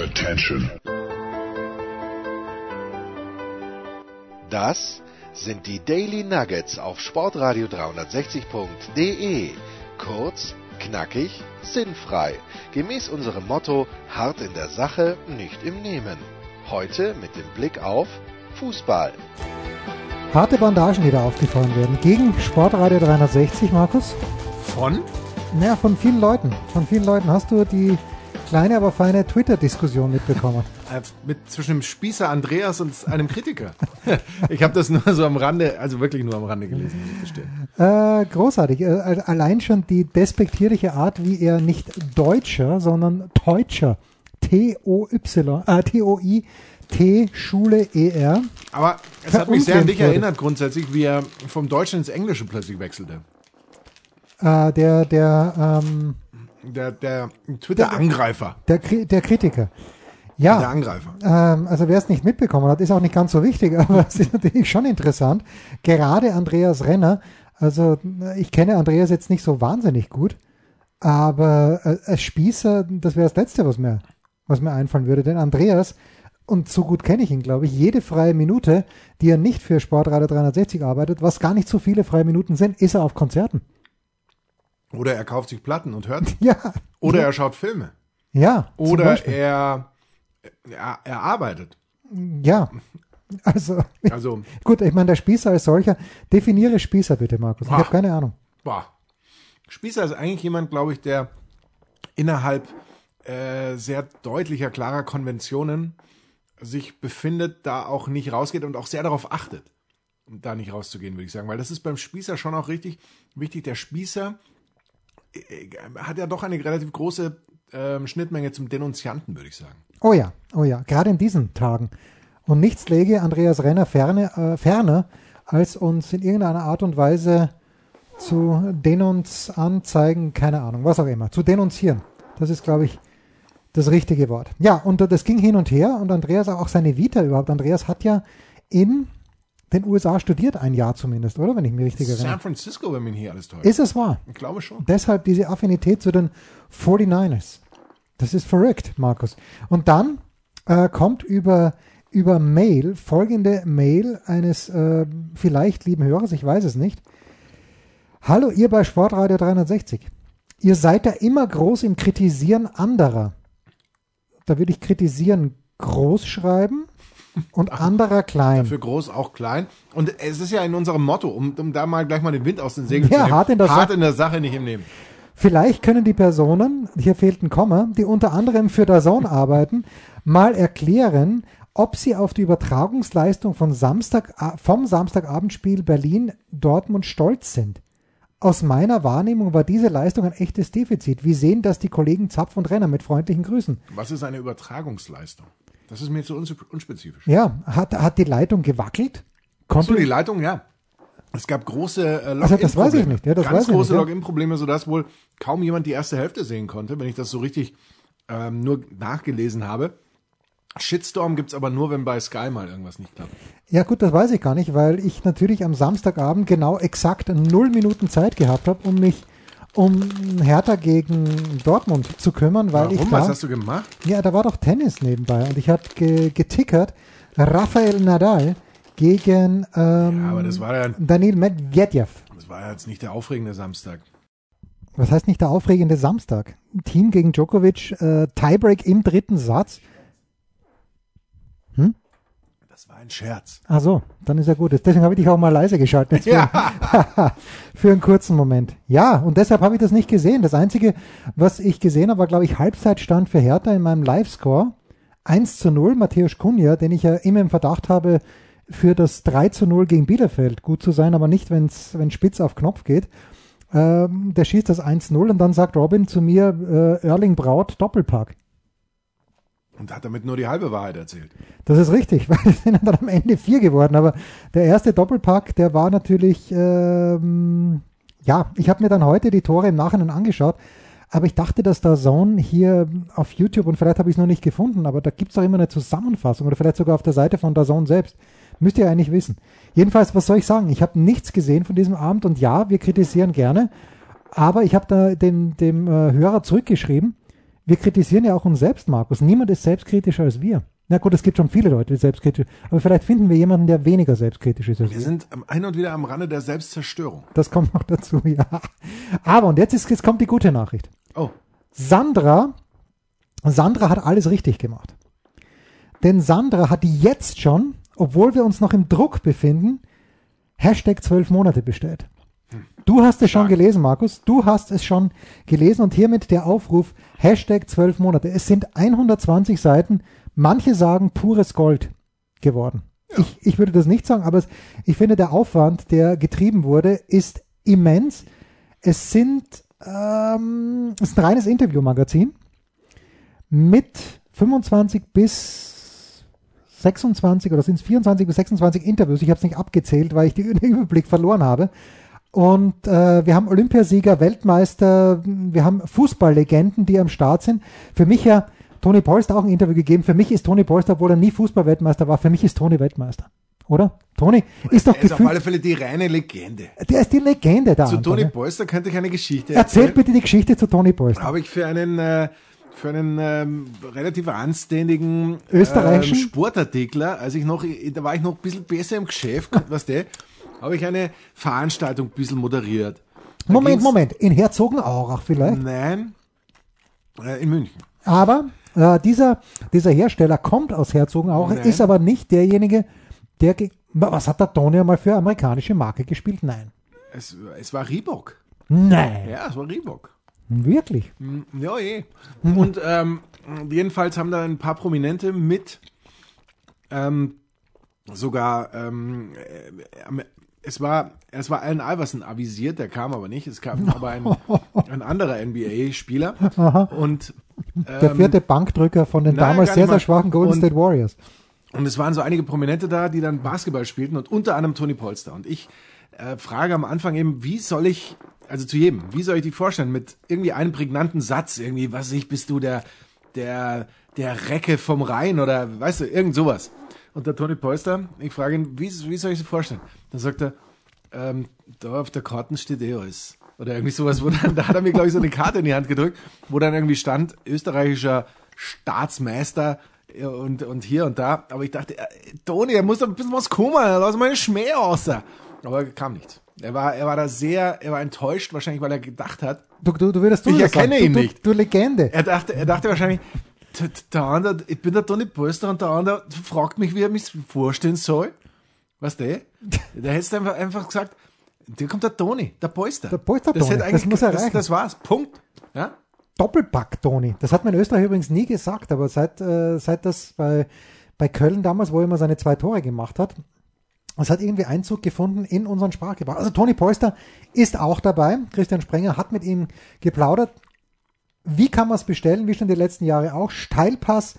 Attention. Das sind die Daily Nuggets auf Sportradio 360.de. Kurz, knackig, sinnfrei. Gemäß unserem Motto: hart in der Sache, nicht im Nehmen. Heute mit dem Blick auf Fußball. Harte Bandagen, die da aufgefahren werden. Gegen Sportradio 360, Markus? Von? Naja, von vielen Leuten. Von vielen Leuten. Hast du die kleine, aber feine Twitter-Diskussion mitbekommen? Zwischen dem Spießer Andreas und einem Kritiker. Ich habe das nur so am Rande, also wirklich nur am Rande gelesen, muss ich gestehen. Großartig. Allein schon die despektierliche Art, wie er nicht Deutscher, sondern Teutscher. T-O-I-T Schule E-R. Aber es hat mich sehr an dich erinnert grundsätzlich, wie er vom Deutschen ins Englische plötzlich wechselte. Der Twitter-Angreifer. Der Kritiker. Ja, der Angreifer. Also wer es nicht mitbekommen hat, ist auch nicht ganz so wichtig, aber es ist natürlich schon interessant. Gerade Andreas Renner, also ich kenne Andreas jetzt nicht so wahnsinnig gut, aber als Spießer, das wäre das Letzte, was mir einfallen würde. Denn Andreas, und so gut kenne ich ihn, glaube ich, jede freie Minute, die er nicht für Sportradio 360 arbeitet, was gar nicht so viele freie Minuten sind, ist er auf Konzerten. Oder er kauft sich Platten und hört. Ja. Oder er schaut Filme. Ja. Oder er arbeitet. Ja. Also gut, ich meine, der Spießer als solcher, definiere Spießer bitte, Markus. Ich habe keine Ahnung. Spießer ist eigentlich jemand, glaube ich, der innerhalb sehr deutlicher, klarer Konventionen sich befindet, da auch nicht rausgeht und auch sehr darauf achtet, da nicht rauszugehen, würde ich sagen. Weil das ist beim Spießer schon auch richtig wichtig. Der Spießer hat ja doch eine relativ große Schnittmenge zum Denunzianten, würde ich sagen. Oh ja, gerade in diesen Tagen. Und nichts läge Andreas Renner ferner, als uns in irgendeiner Art und Weise zu anzeigen, keine Ahnung, was auch immer, zu denunzieren. Das ist, glaube ich, das richtige Wort. Ja, und das ging hin und her und Andreas, auch seine Vita überhaupt. Andreas hat ja in den USA studiert, ein Jahr zumindest, oder? Wenn ich mich richtig erinnere. San Francisco, wenn mich hier alles täuscht. Ist es wahr? Ich glaube schon. Deshalb diese Affinität zu den 49ers. Das ist verrückt, Markus. Und dann kommt über Mail, folgende Mail eines vielleicht lieben Hörers, ich weiß es nicht. Hallo, ihr bei Sportradio 360. Ihr seid da immer groß im Kritisieren anderer. Da würde ich kritisieren groß schreiben und anderer klein. Für groß auch klein. Und es ist ja in unserem Motto, um da mal gleich mal den Wind aus den Segeln zu nehmen. Hart in der Sache nicht im Nehmen. Vielleicht können die Personen, hier fehlt ein Komma, die unter anderem für DAZN arbeiten, mal erklären, ob sie auf die Übertragungsleistung vom Samstagabendspiel Berlin-Dortmund stolz sind. Aus meiner Wahrnehmung war diese Leistung ein echtes Defizit. Wie sehen das die Kollegen Zapf und Renner? Mit freundlichen Grüßen. Was ist eine Übertragungsleistung? Das ist mir zu unspezifisch. Ja, hat die Leitung gewackelt? Achso, die Leitung, ja. Es gab große Login-Probleme. Also das weiß ich nicht. Ja, Ganz große Login-Probleme, sodass wohl kaum jemand die erste Hälfte sehen konnte, wenn ich das so richtig nur nachgelesen habe. Shitstorm gibt's aber nur, wenn bei Sky mal irgendwas nicht klappt. Ja gut, das weiß ich gar nicht, weil ich natürlich am Samstagabend genau exakt 0 Minuten Zeit gehabt habe, um mich um Hertha gegen Dortmund zu kümmern. Weil Warum? Was hast du gemacht? Ja, da war doch Tennis nebenbei und ich habe getickert Rafael Nadal gegen aber das war ja, Daniil Medvedev. Das war ja jetzt nicht der aufregende Samstag. Was heißt nicht der aufregende Samstag? Team gegen Djokovic, Tiebreak im 3. Satz. Das war ein Scherz. Ach so, dann ist ja gut. Deswegen habe ich dich auch mal leise geschaltet. Für einen kurzen Moment. Ja, und deshalb habe ich das nicht gesehen. Das Einzige, was ich gesehen habe, war, glaube ich, Halbzeitstand für Hertha in meinem Live-Score. 1:0, Matthäus Cunha, den ich ja immer im Verdacht habe, für das 3:0 gegen Bielefeld gut zu sein, aber nicht, wenn spitz auf Knopf geht. Der schießt das 1:0 und dann sagt Robin zu mir, Erling Braut, Doppelpack. Und hat damit nur die halbe Wahrheit erzählt. Das ist richtig, weil es sind dann am Ende 4 geworden. Aber der erste Doppelpack, der war natürlich, ich habe mir dann heute die Tore im Nachhinein angeschaut, aber ich dachte, dass DAZN hier auf YouTube, und vielleicht habe ich es noch nicht gefunden, aber da gibt es doch immer eine Zusammenfassung oder vielleicht sogar auf der Seite von DAZN selbst. Müsst ihr eigentlich wissen. Jedenfalls, was soll ich sagen? Ich habe nichts gesehen von diesem Abend und ja, wir kritisieren gerne, aber ich habe da dem Hörer zurückgeschrieben, Wir kritisieren ja auch uns selbst, Markus. Niemand ist selbstkritischer als wir. Na gut, es gibt schon viele Leute, die selbstkritisch sind. Aber vielleicht finden wir jemanden, der weniger selbstkritisch ist als wir. Wir sind hin und wieder am Rande der Selbstzerstörung. Das kommt noch dazu, ja. Aber, und jetzt kommt die gute Nachricht. Oh. Sandra hat alles richtig gemacht. Denn Sandra hat jetzt schon, obwohl wir uns noch im Druck befinden, Hashtag 12 Monate bestellt. Du hast es schon gelesen, Markus. Du hast es schon gelesen und hiermit der Aufruf Hashtag 12 Monate. Es sind 120 Seiten, manche sagen pures Gold geworden. Ja. Ich würde das nicht sagen, aber ich finde, der Aufwand, der getrieben wurde, ist immens. Es ist ein reines Interviewmagazin mit 25 bis 26 oder sind es 24 bis 26 Interviews. Ich habe es nicht abgezählt, weil ich den Überblick verloren habe. Und wir haben Olympiasieger, Weltmeister, wir haben Fußballlegenden, die am Start sind. Für mich ja Toni Polster auch ein Interview gegeben. Für mich ist Toni Polster, obwohl er nie Fußball-Weltmeister war, für mich ist Toni Weltmeister. Oder? Toni ist doch gefühlt... Er ist auf alle Fälle die reine Legende. Der ist die Legende da. Zu Toni Polster könnte ich eine Geschichte erzählen. Erzählt bitte die Geschichte zu Toni Polster. Habe ich für einen relativ anständigen österreichischen Sportartikler, da war ich noch ein bisschen besser im Geschäft, weißt du, habe ich eine Veranstaltung ein bisschen moderiert. Moment, in Herzogenaurach vielleicht? Nein, in München. Aber dieser Hersteller kommt aus Herzogenaurach, ist aber nicht derjenige, was hat der Toni einmal für amerikanische Marke gespielt? Nein. Es war Reebok. Nein. Ja, es war Reebok. Wirklich? Ja, eh. Und jedenfalls haben da ein paar Prominente mit es war Allen Iverson avisiert, der kam aber nicht. Es kam aber ein anderer NBA-Spieler. Und der vierte Bankdrücker von den damals sehr, sehr schwachen Golden State Warriors. Und es waren so einige Prominente da, die dann Basketball spielten und unter anderem Toni Polster. Und ich frage am Anfang eben, wie soll ich die vorstellen? Mit irgendwie einem prägnanten Satz, irgendwie, bist du der Recke vom Rhein oder, weißt du, irgend sowas. Und der Toni Polster, ich frage ihn, wie soll ich sie vorstellen? Dann sagt er, da auf der Karte steht alles. Oder irgendwie sowas, da hat er mir, glaube ich, so eine Karte in die Hand gedrückt, wo dann irgendwie stand, österreichischer Staatsmeister und hier und da. Aber ich dachte, Toni, er muss doch ein bisschen was kommen, lass mal einen Schmäh raus. Aber kam nichts. Er war enttäuscht, wahrscheinlich, weil er gedacht hat, ich erkenne ihn nicht. Du Legende. Er dachte wahrscheinlich, der andere, ich bin der Toni Polster und der andere fragt mich, wie er mich vorstellen soll. Weißt du? Der hätte einfach gesagt, hier kommt der Toni, der Polster. Der Polster-Toni, das muss erreichen. Das war's, Punkt. Ja? Doppelpack-Toni. Das hat man in Österreich übrigens nie gesagt, aber seit das bei Köln damals, wo er immer seine 2 Tore gemacht hat, es hat irgendwie Einzug gefunden in unseren Sprachgebrauch. Also Toni Polster ist auch dabei. Christian Sprenger hat mit ihm geplaudert. Wie kann man es bestellen? Wie schon die letzten Jahre auch. Steilpass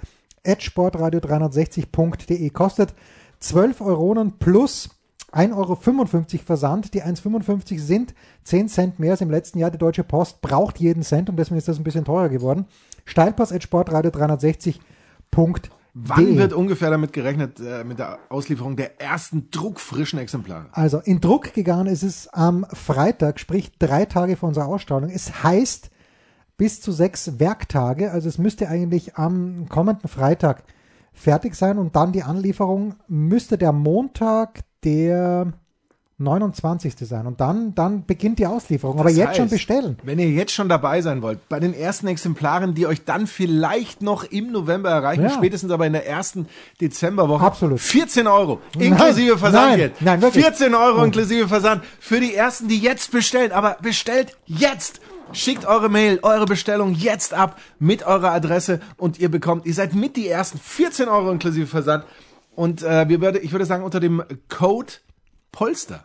@sportradio360.de kostet 12 Euronen plus 1,55 € Versand. Die 1,55 sind 10 Cent mehr als im letzten Jahr. Die Deutsche Post braucht jeden Cent und deswegen ist das ein bisschen teurer geworden. Steilpass @sportradio360.de. Wann wird ungefähr damit gerechnet, mit der Auslieferung der ersten druckfrischen Exemplare? Also in Druck gegangen ist es am Freitag, sprich 3 Tage vor unserer Ausstrahlung. Es heißt bis zu 6 Werktage, also es müsste eigentlich am kommenden Freitag fertig sein und dann die Anlieferung müsste der Montag der 29. sein und dann beginnt die Auslieferung, aber jetzt schon bestellen. Wenn ihr jetzt schon dabei sein wollt, bei den ersten Exemplaren, die euch dann vielleicht noch im November erreichen, spätestens aber in der ersten Dezemberwoche. Absolut. 14 € inklusive Versand jetzt. Nein, wirklich. 14 € inklusive Versand für die ersten, die jetzt bestellen, aber bestellt jetzt! Schickt eure Mail, eure Bestellung jetzt ab mit eurer Adresse und ihr seid mit die ersten 14 € inklusive Versand und ich würde sagen unter dem Code Polster.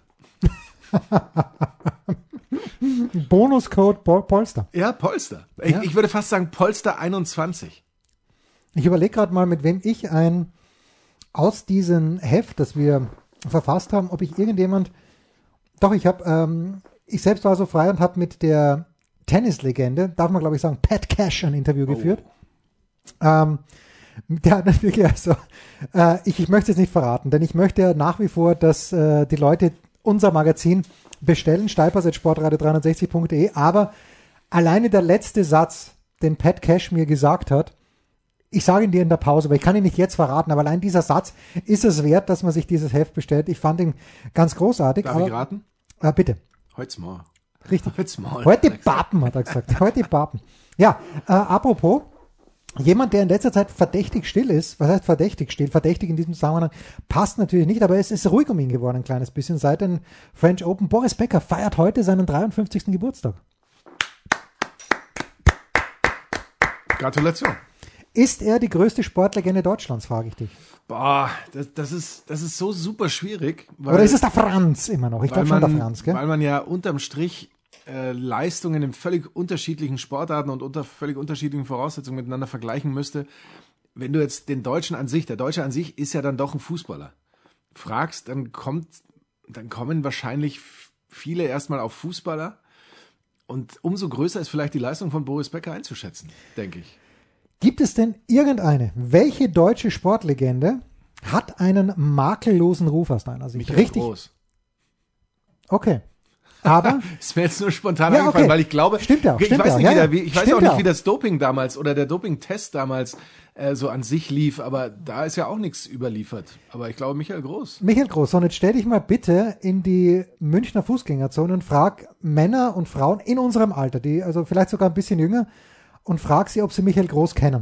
Bonuscode Polster. Ja, Polster. Ich würde fast sagen Polster 21. Ich überlege gerade mal, mit wem ich aus diesem Heft, das wir verfasst haben, ob ich irgendjemand, ich selbst war so frei und habe mit der Tennislegende, darf man glaube ich sagen, Pat Cash ein Interview geführt. Der hat natürlich ich möchte es nicht verraten, denn ich möchte ja nach wie vor, dass die Leute unser Magazin bestellen, steilpass@sportradio360.de, aber alleine der letzte Satz den Pat Cash mir gesagt hat. Ich sage ihn dir in der Pause, aber ich kann ihn nicht jetzt verraten, aber allein dieser Satz ist es wert, dass man sich dieses Heft bestellt. Ich fand ihn ganz großartig. Darf ich raten? Bitte. Heut's mal. Richtig. Heut's mal. Heute die Papen, hat er gesagt. Heute die Papen. Ja, apropos, jemand, der in letzter Zeit verdächtig still ist, was heißt verdächtig still? Verdächtig in diesem Zusammenhang passt natürlich nicht, aber es ist ruhig um ihn geworden ein kleines bisschen seit den French Open. Boris Becker feiert heute seinen 53. Geburtstag. Gratulation. Ist er die größte Sportlegende Deutschlands, frage ich dich. Boah, das ist so super schwierig. Oder ist es der Franz immer noch? Ich glaube schon der Franz, gell? Weil man ja unterm Strich Leistungen in völlig unterschiedlichen Sportarten und unter völlig unterschiedlichen Voraussetzungen miteinander vergleichen müsste. Wenn du jetzt den Deutschen an sich, der Deutsche an sich ist ja dann doch ein Fußballer, fragst, dann kommen wahrscheinlich viele erstmal auf Fußballer und umso größer ist vielleicht die Leistung von Boris Becker einzuschätzen, denke ich. Gibt es denn irgendeine? Welche deutsche Sportlegende hat einen makellosen Ruf aus deiner Sicht? Michael Richtig? Groß. Okay. Aber ist mir jetzt nur spontan eingefallen, okay. weil ich glaube, stimmt ja, ich weiß auch nicht, auch. wie das Doping damals oder der Dopingtest damals so an sich lief, aber da ist ja auch nichts überliefert. Aber ich glaube, Michael Groß. Michael Groß, so, und jetzt stell dich mal bitte in die Münchner Fußgängerzone und frag Männer und Frauen in unserem Alter, die also vielleicht sogar ein bisschen jünger, und frag sie, ob sie Michael Groß kennen.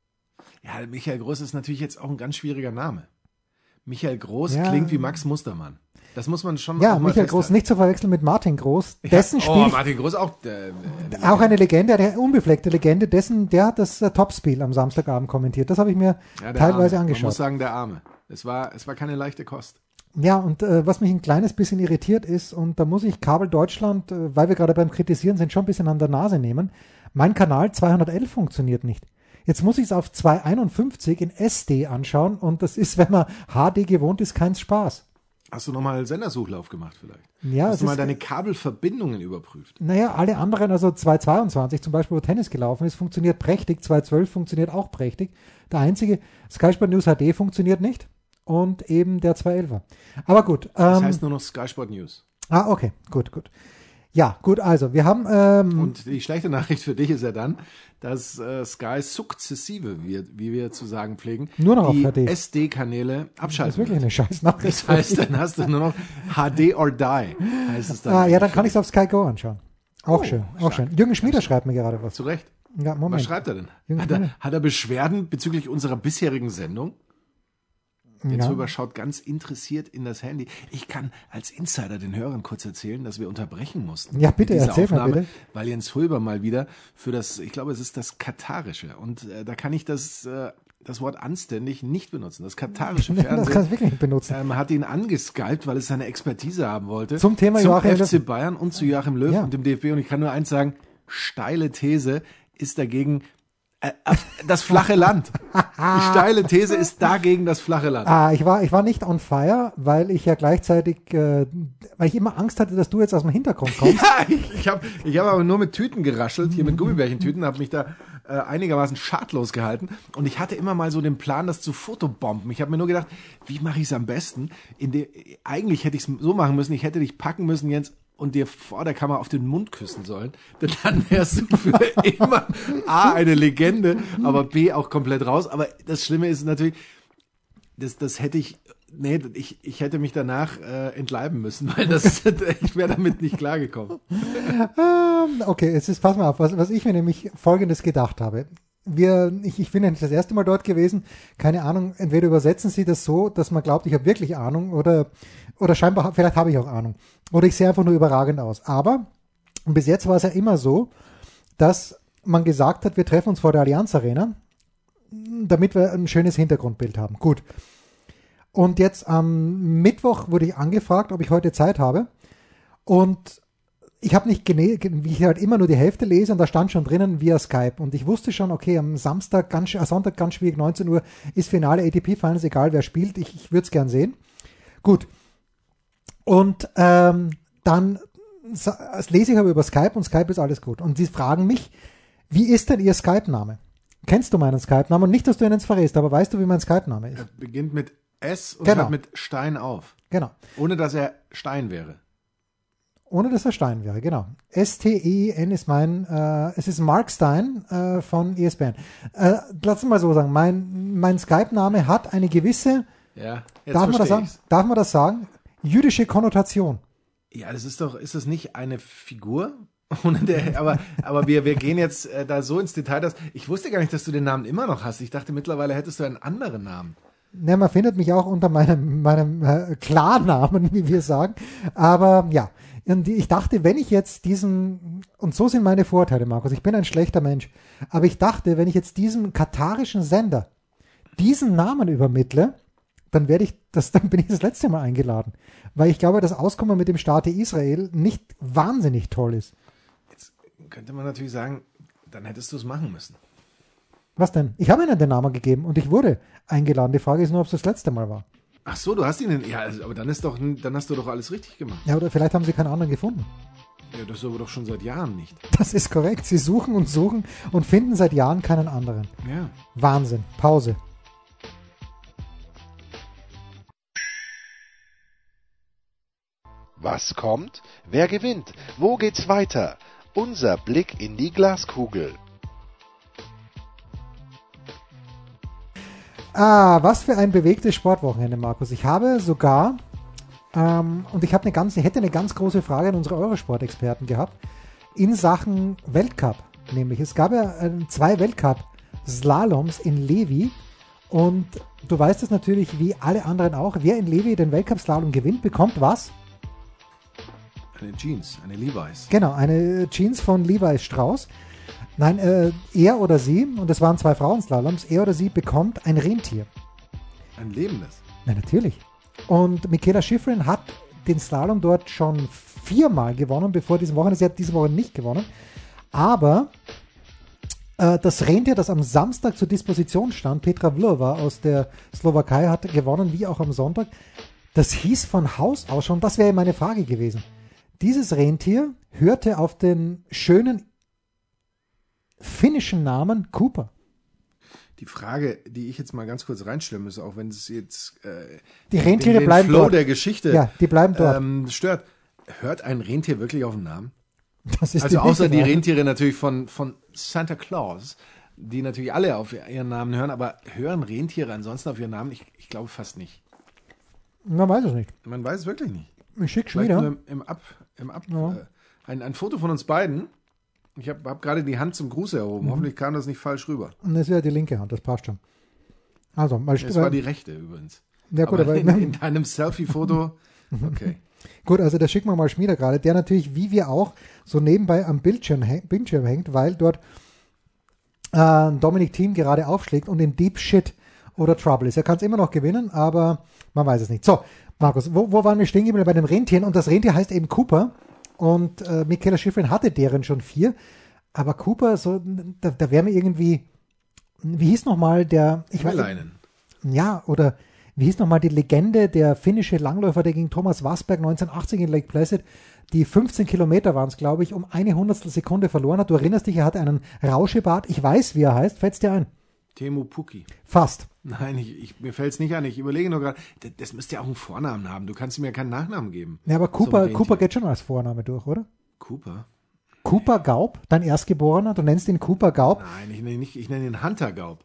Ja, Michael Groß ist natürlich jetzt auch ein ganz schwieriger Name. Michael Groß klingt wie Max Mustermann. Das muss man schon ja, auch mal Michael Groß nicht zu verwechseln mit Martin Groß. Dessen Martin Groß auch. Auch eine Legende, eine unbefleckte Legende. Der hat das Topspiel am Samstagabend kommentiert. Das habe ich mir teilweise angeschaut. Man muss sagen, der Arme. Es war keine leichte Kost. Ja, und was mich ein kleines bisschen irritiert ist, und da muss ich Kabel Deutschland, weil wir gerade beim Kritisieren sind, schon ein bisschen an der Nase nehmen. Mein Kanal 211 funktioniert nicht. Jetzt muss ich es auf 251 in SD anschauen und das ist, wenn man HD gewohnt ist, kein Spaß. Hast du nochmal Sendersuchlauf gemacht vielleicht? Ja, hast du mal deine Kabelverbindungen überprüft? Naja, alle anderen, also 222 zum Beispiel, wo Tennis gelaufen ist, funktioniert prächtig, 212 funktioniert auch prächtig. Der einzige, Sky Sport News HD funktioniert nicht und eben der 211er. Aber gut. Das heißt nur noch Sky Sport News. Okay, gut. Ja, gut, also wir haben... und die schlechte Nachricht für dich ist ja dann, dass Sky sukzessive wird, wie wir zu sagen pflegen, nur noch die auf HD. SD-Kanäle abschalten. Das ist wirklich eine scheiß Nachricht. Das heißt, dann hast du nur noch HD or Die, heißt es dann. Ja, dann kann ich es auf Sky Go anschauen. Auch schön. Jürgen Schmieder schreibt mir gerade was. Zu Recht. Ja, Moment. Was schreibt er denn? Hat er Beschwerden bezüglich unserer bisherigen Sendung? Jetzt rüber schaut ganz interessiert in das Handy. Ich kann als Insider den Hörern kurz erzählen, dass wir unterbrechen mussten. Ja, bitte, erzähl mal bitte. Weil Jens Hulber mal wieder für das, ich glaube, es ist das Katarische. Und da kann ich das Wort anständig nicht benutzen. Das katarische Fernsehen. Das kannst du wirklich nicht benutzen. Hat ihn angeskypt, weil es seine Expertise haben wollte. Zum Thema Joachim Löw. FC Bayern und zu Joachim Löw und dem DFB. Und ich kann nur eins sagen, steile These ist dagegen das flache Land. Die steile These ist dagegen das flache Land. Ich war nicht on fire, weil ich ja gleichzeitig, weil ich immer Angst hatte, dass du jetzt aus dem Hintergrund kommst. Ja, ich hab aber nur mit Tüten geraschelt, hier mit Gummibärchentüten, habe mich da einigermaßen schadlos gehalten. Und ich hatte immer mal so den Plan, das zu fotobomben. Ich habe mir nur gedacht, wie mache ich es am besten? Eigentlich hätte ich es so machen müssen, ich hätte dich packen müssen, Jens, und dir vor der Kamera auf den Mund küssen sollen, denn dann wärst du für immer A, eine Legende, aber B, auch komplett raus. Aber das Schlimme ist natürlich, das hätte ich hätte mich danach entleiben müssen, weil ich wäre damit nicht klargekommen. Okay, pass mal auf, was ich mir nämlich Folgendes gedacht habe. Ich bin ja nicht das erste Mal dort gewesen, keine Ahnung, entweder übersetzen sie das so, dass man glaubt, ich habe wirklich Ahnung oder scheinbar, vielleicht habe ich auch Ahnung. Oder ich sehe einfach nur überragend aus. Aber bis jetzt war es ja immer so, dass man gesagt hat, wir treffen uns vor der Allianz Arena, damit wir ein schönes Hintergrundbild haben. Gut. Und jetzt am Mittwoch wurde ich angefragt, ob ich heute Zeit habe. Und ich habe nicht wie ich halt immer nur die Hälfte lese und da stand schon drinnen via Skype. Und ich wusste schon, okay, am Sonntag ganz schwierig, 19 Uhr ist Finale ATP Finals, egal wer spielt, ich würde es gern sehen. Gut. Und dann lese ich aber über Skype und Skype ist alles gut. Und sie fragen mich, wie ist denn Ihr Skype-Name? Kennst du meinen Skype-Namen? Und nicht, dass du ihn jetzt verrätst, aber weißt du, wie mein Skype-Name ist? Er beginnt mit S und genau. hört mit Stein auf. Genau. Ohne, dass er Stein wäre. ohne dass er Stein wäre, genau. S-T-E-N ist es ist Mark Stein von ESPN. Lass uns mal so sagen, mein Skype-Name hat eine gewisse, Ja, jetzt darf man das sagen, jüdische Konnotation. Ja, ist das nicht eine Figur? Aber wir gehen jetzt da so ins Detail, dass ich wusste gar nicht, dass du den Namen immer noch hast. Ich dachte, mittlerweile hättest du einen anderen Namen. Ne, man findet mich auch unter meinem Klarnamen, wie wir sagen. Aber ja, und ich dachte, wenn ich jetzt und so sind meine Vorteile, Markus, ich bin ein schlechter Mensch, aber ich dachte, wenn ich jetzt diesem katarischen Sender diesen Namen übermittle, dann bin ich das letzte Mal eingeladen. Weil ich glaube, das Auskommen mit dem Staate Israel nicht wahnsinnig toll ist. Jetzt könnte man natürlich sagen, dann hättest du es machen müssen. Was denn? Ich habe Ihnen den Namen gegeben und ich wurde eingeladen. Die Frage ist nur, ob es das letzte Mal war. Ach so, du hast ihn, ja, aber dann hast du doch alles richtig gemacht. Ja, oder vielleicht haben Sie keinen anderen gefunden. Ja, das aber doch schon seit Jahren nicht. Das ist korrekt. Sie suchen und finden seit Jahren keinen anderen. Ja. Wahnsinn. Pause. Was kommt? Wer gewinnt? Wo geht's weiter? Unser Blick in die Glaskugel. Was für ein bewegtes Sportwochenende, Markus. Ich habe sogar, und ich hätte eine ganz große Frage an unsere Eurosport-Experten gehabt, in Sachen Weltcup. Nämlich, es gab ja 2 Weltcup-Slaloms in Levi. Und du weißt es natürlich, wie alle anderen auch, wer in Levi den Weltcup-Slalom gewinnt, bekommt was? Eine Jeans, eine Levi's. Genau, eine Jeans von Levi Strauss. Nein, er oder sie, und das waren 2 Frauenslaloms, er oder sie bekommt ein Rentier. Ein lebendes? Nein, natürlich. Und Michaela Schifrin hat den Slalom dort schon 4-mal gewonnen, bevor diese Woche. Sie hat diese Woche nicht gewonnen. Aber das Rentier, das am Samstag zur Disposition stand, Petra Vlhova aus der Slowakei, hat gewonnen, wie auch am Sonntag. Das hieß von Haus aus schon, das wäre meine Frage gewesen. Dieses Rentier hörte auf den schönen finnischen Namen Cooper. Die Frage, die ich jetzt mal ganz kurz reinstellen muss, auch wenn es jetzt die Rentiere den bleiben Flow dort. Der Geschichte ja, die bleiben dort. Stört. Hört ein Rentier wirklich auf den Namen? Das ist also außer die Frage. Rentiere natürlich von Santa Claus, die natürlich alle auf ihren Namen hören, aber hören Rentiere ansonsten auf ihren Namen? Ich glaube fast nicht. Man weiß es nicht. Man weiß es wirklich nicht. Ich schicke Vielleicht wieder. nur ein Foto von uns beiden. Ich hab gerade die Hand zum Gruß erhoben. Hoffentlich kam das nicht falsch rüber. Und das ist ja die linke Hand, das passt schon. Also, mal das war die rechte übrigens. Ja, gut, aber in deinem Selfie-Foto, okay. Gut, also das schicken wir mal Schmieder gerade, der natürlich, wie wir auch, so nebenbei am Bildschirm hängt, weil dort Dominic Thiem gerade aufschlägt und in Deep Shit oder Trouble ist. Er kann es immer noch gewinnen, aber man weiß es nicht. So, Markus, wo waren wir stehen geblieben? Bei dem Rentieren, und das Rentier heißt eben Cooper. Und Michaela Schifrin hatte deren schon 4. Aber Cooper, so, da wäre mir irgendwie, wie hieß nochmal der... Ja, oder wie hieß nochmal die Legende, der finnische Langläufer, der gegen Thomas Wassberg 1980 in Lake Placid, die 15 Kilometer waren es, glaube ich, um 1/100 Sekunde verloren hat. Du erinnerst dich, er hatte einen Rauschebart. Ich weiß, wie er heißt. Fällt's dir ein? Teemu Pukki. Fast. Nein, mir fällt es nicht an. Ich überlege nur gerade, das müsste ja auch einen Vornamen haben. Du kannst mir ja keinen Nachnamen geben. Ja, aber Cooper geht schon als Vorname durch, oder? Cooper? Cooper Gaub, dein Erstgeborener? Du nennst ihn Cooper Gaub? Nein, ich nenne ihn Hunter Gaub.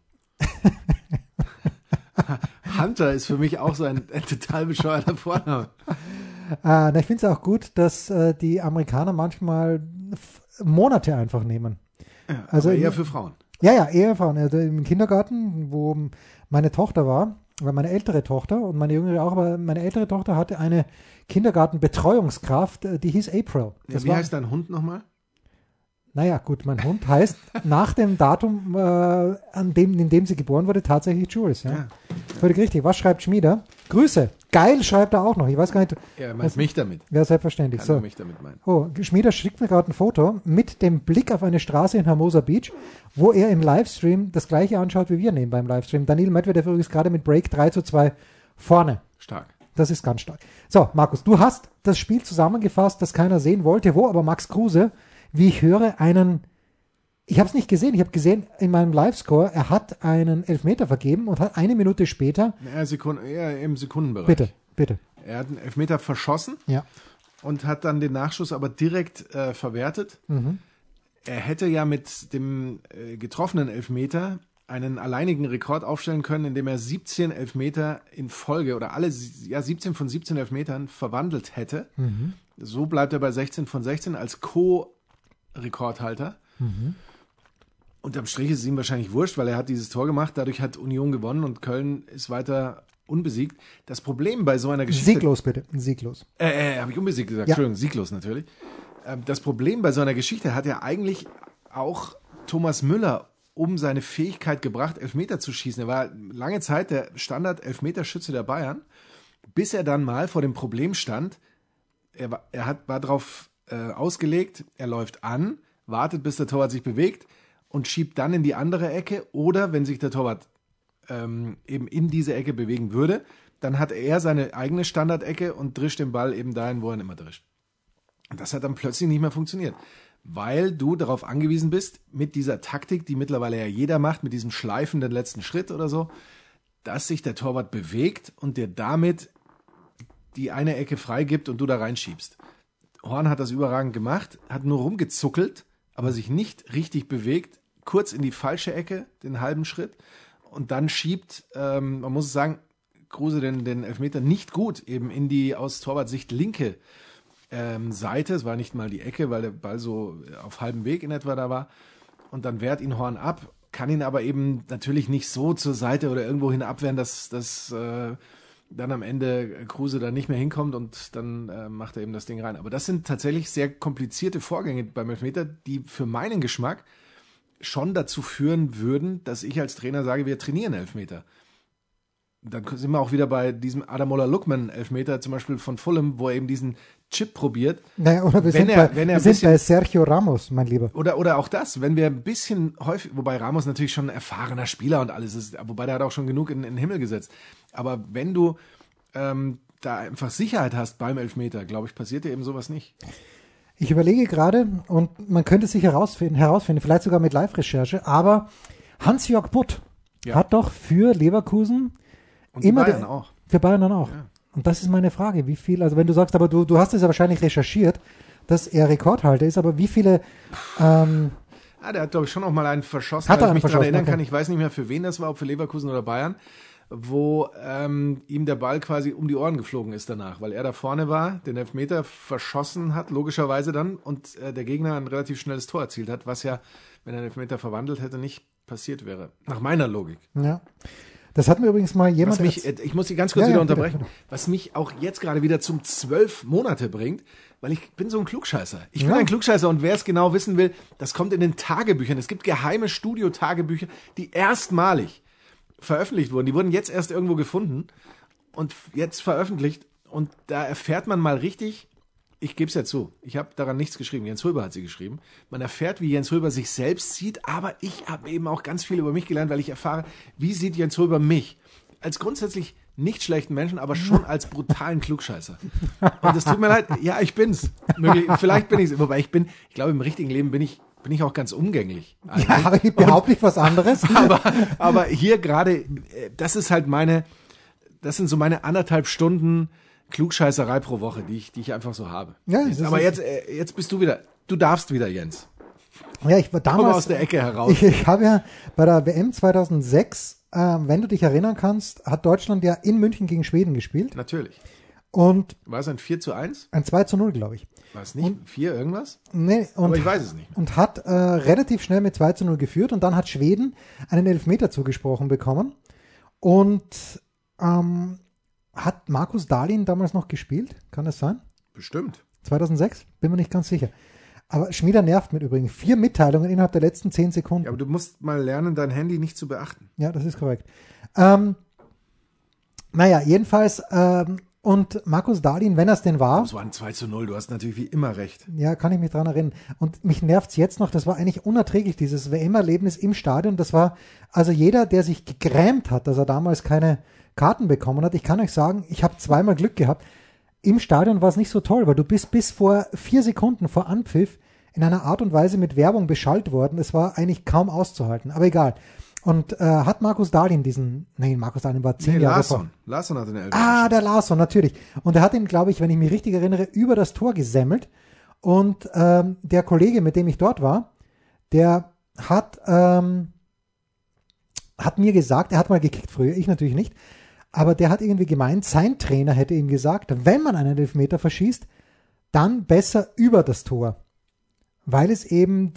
Hunter ist für mich auch so ein total bescheuerter Vorname. Ich finde es auch gut, dass die Amerikaner manchmal Monate einfach nehmen. Ja, also aber eher für Frauen. Ja, eher Frauen. Also im Kindergarten, wo meine Tochter war, oder meine ältere Tochter und meine jüngere auch, aber meine ältere Tochter hatte eine Kindergartenbetreuungskraft, die hieß April. Ja, wie heißt dein Hund nochmal? Naja, gut, mein Hund heißt nach dem Datum, in dem sie geboren wurde, tatsächlich Jules. Ja. Völlig richtig. Was schreibt Schmieder? Grüße. Geil schreibt er auch noch. Ich weiß gar nicht. Er meint mich damit. Ja, selbstverständlich. Kann er mich damit meinen. Oh, Schmieder schickt mir gerade ein Foto mit dem Blick auf eine Straße in Hermosa Beach, wo er im Livestream das gleiche anschaut wie wir nehmen beim Livestream. Daniel Medvedev übrigens gerade mit Break 3:2 vorne. Stark. Das ist ganz stark. So, Markus, du hast das Spiel zusammengefasst, das keiner sehen wollte, wo aber Max Kruse, wie ich höre, ich habe es nicht gesehen, ich habe gesehen in meinem Livescore, er hat einen Elfmeter vergeben und hat 1 Minute später... Eher im Sekundenbereich. Bitte. Er hat einen Elfmeter verschossen. Ja. und hat dann den Nachschuss aber direkt verwertet. Er hätte ja mit dem getroffenen Elfmeter einen alleinigen Rekord aufstellen können, indem er 17 Elfmeter in Folge oder 17 von 17 Elfmetern verwandelt hätte. So bleibt er bei 16 von 16 als Co-Rekordhalter. Unterm Strich ist es ihm wahrscheinlich wurscht, weil er hat dieses Tor gemacht, dadurch hat Union gewonnen und Köln ist weiter unbesiegt. Das Problem bei so einer Geschichte... Sieglos bitte, sieglos. Habe ich unbesiegt gesagt, Entschuldigung, sieglos natürlich. Das Problem bei so einer Geschichte hat ja eigentlich auch Thomas Müller um seine Fähigkeit gebracht, Elfmeter zu schießen. Er war lange Zeit der Standard-Elfmeterschütze der Bayern, bis er dann mal vor dem Problem stand, er war darauf ausgelegt, er läuft an, wartet, bis der Torwart sich bewegt und schiebt dann in die andere Ecke oder wenn sich der Torwart eben in diese Ecke bewegen würde, dann hat er seine eigene Standardecke und drischt den Ball eben dahin, wo er ihn immer drischt. Und das hat dann plötzlich nicht mehr funktioniert, weil du darauf angewiesen bist, mit dieser Taktik, die mittlerweile ja jeder macht, mit diesem schleifenden letzten Schritt oder so, dass sich der Torwart bewegt und dir damit die eine Ecke freigibt und du da reinschiebst. Horn hat das überragend gemacht, hat nur rumgezuckelt, aber sich nicht richtig bewegt, kurz in die falsche Ecke, den halben Schritt und dann schiebt, man muss es sagen, Kruse den Elfmeter nicht gut, eben in die aus Torwartsicht linke Seite, es war nicht mal die Ecke, weil der Ball so auf halbem Weg in etwa da war und dann wehrt ihn Horn ab, kann ihn aber eben natürlich nicht so zur Seite oder irgendwo hin abwehren, dass dann am Ende Kruse da nicht mehr hinkommt und dann macht er eben das Ding rein. Aber das sind tatsächlich sehr komplizierte Vorgänge beim Elfmeter, die für meinen Geschmack schon dazu führen würden, dass ich als Trainer sage, wir trainieren Elfmeter. Dann sind wir auch wieder bei diesem Adamola Lookman Elfmeter zum Beispiel von Fulham, wo er eben diesen Chip probiert. Naja, oder wir sind bei Sergio Ramos, mein Lieber. Oder auch das, wenn wir ein bisschen häufig, wobei Ramos natürlich schon ein erfahrener Spieler und alles ist, wobei der hat auch schon genug in den Himmel gesetzt. Aber wenn du da einfach Sicherheit hast beim Elfmeter, glaube ich, passiert dir eben sowas nicht. Ich überlege gerade, und man könnte es sich herausfinden, vielleicht sogar mit Live-Recherche, aber Hans-Jörg Butt hat doch für Leverkusen und immer Bayern auch. Für Bayern dann auch. Ja. Und das ist meine Frage, wie viel, also wenn du sagst, aber du hast es ja wahrscheinlich recherchiert, dass er Rekordhalter ist, aber wie viele... der hat, glaube ich, schon auch mal einen verschossen, weil ich mich daran erinnern kann, ich weiß nicht mehr, für wen das war, ob für Leverkusen oder Bayern, wo ihm der Ball quasi um die Ohren geflogen ist danach, weil er da vorne war, den Elfmeter verschossen hat, logischerweise dann, und der Gegner ein relativ schnelles Tor erzielt hat, was ja, wenn er den Elfmeter verwandelt hätte, nicht passiert wäre. Nach meiner Logik. Ja. Das hat mir übrigens mal jemand... Ich muss Sie ganz kurz wieder unterbrechen, bitte. Was mich auch jetzt gerade wieder zum 12 Monate bringt, weil ich bin so ein Klugscheißer. Ich bin ein Klugscheißer und wer es genau wissen will, das kommt in den Tagebüchern. Es gibt geheime Studio-Tagebücher, die erstmalig veröffentlicht wurden. Die wurden jetzt erst irgendwo gefunden und jetzt veröffentlicht und da erfährt man mal richtig, ich gebe es ja zu, ich habe daran nichts geschrieben, Jens Röber hat sie geschrieben, man erfährt, wie Jens Röber sich selbst sieht, aber ich habe eben auch ganz viel über mich gelernt, weil ich erfahre, wie sieht Jens Röber mich? Als grundsätzlich nicht schlechten Menschen, aber schon als brutalen Klugscheißer. Und es tut mir leid, ja, ich bin's. Vielleicht bin ich's, wobei ich glaube, im richtigen Leben bin ich auch ganz umgänglich. Eigentlich. Ja, aber ich behaupte nicht was anderes. aber hier gerade, das ist halt das sind so meine 1,5 Stunden Klugscheißerei pro Woche, die ich einfach so habe. Ja, aber jetzt bist du wieder, du darfst wieder, Jens. Ja, ich war damals. Komm aus der Ecke heraus. Ich habe ja bei der WM 2006, wenn du dich erinnern kannst, hat Deutschland ja in München gegen Schweden gespielt. Natürlich. Und war es ein 4:1? Ein 2:0, glaube ich. War es nicht 4 irgendwas? Nee. Aber ich weiß es nicht. Und hat relativ schnell mit 2:0 geführt und dann hat Schweden einen Elfmeter zugesprochen bekommen. Und hat Markus Dahlin damals noch gespielt? Kann das sein? Bestimmt. 2006? Bin mir nicht ganz sicher. Aber Schmieder nervt mit übrigens. 4 Mitteilungen innerhalb der letzten 10 Sekunden. Ja, aber du musst mal lernen, dein Handy nicht zu beachten. Ja, das ist korrekt. Jedenfalls, und Markus Dahlin, wenn er es denn war. Das war ein 2:0, du hast natürlich wie immer recht. Ja, kann ich mich dran erinnern. Und mich nervt's jetzt noch, das war eigentlich unerträglich, dieses WM-Erlebnis im Stadion. Das war, also jeder, der sich gegrämt hat, dass er damals keine Karten bekommen hat, ich kann euch sagen, ich habe zweimal Glück gehabt. Im Stadion war es nicht so toll, weil du bist bis vor 4 Sekunden vor Anpfiff in einer Art und Weise mit Werbung beschallt worden. Es war eigentlich kaum auszuhalten, aber egal. Und hat Markus Dahlin Markus Dahlin war 10 Jahre vor. Larsson hat den Elfer. Der Larsson, natürlich. Und er hat ihn, glaube ich, wenn ich mich richtig erinnere, über das Tor gesemmelt. Und der Kollege, mit dem ich dort war, der hat mir gesagt, er hat mal gekickt früher, ich natürlich nicht, aber der hat irgendwie gemeint, sein Trainer hätte ihm gesagt, wenn man einen Elfmeter verschießt, dann besser über das Tor. Weil es eben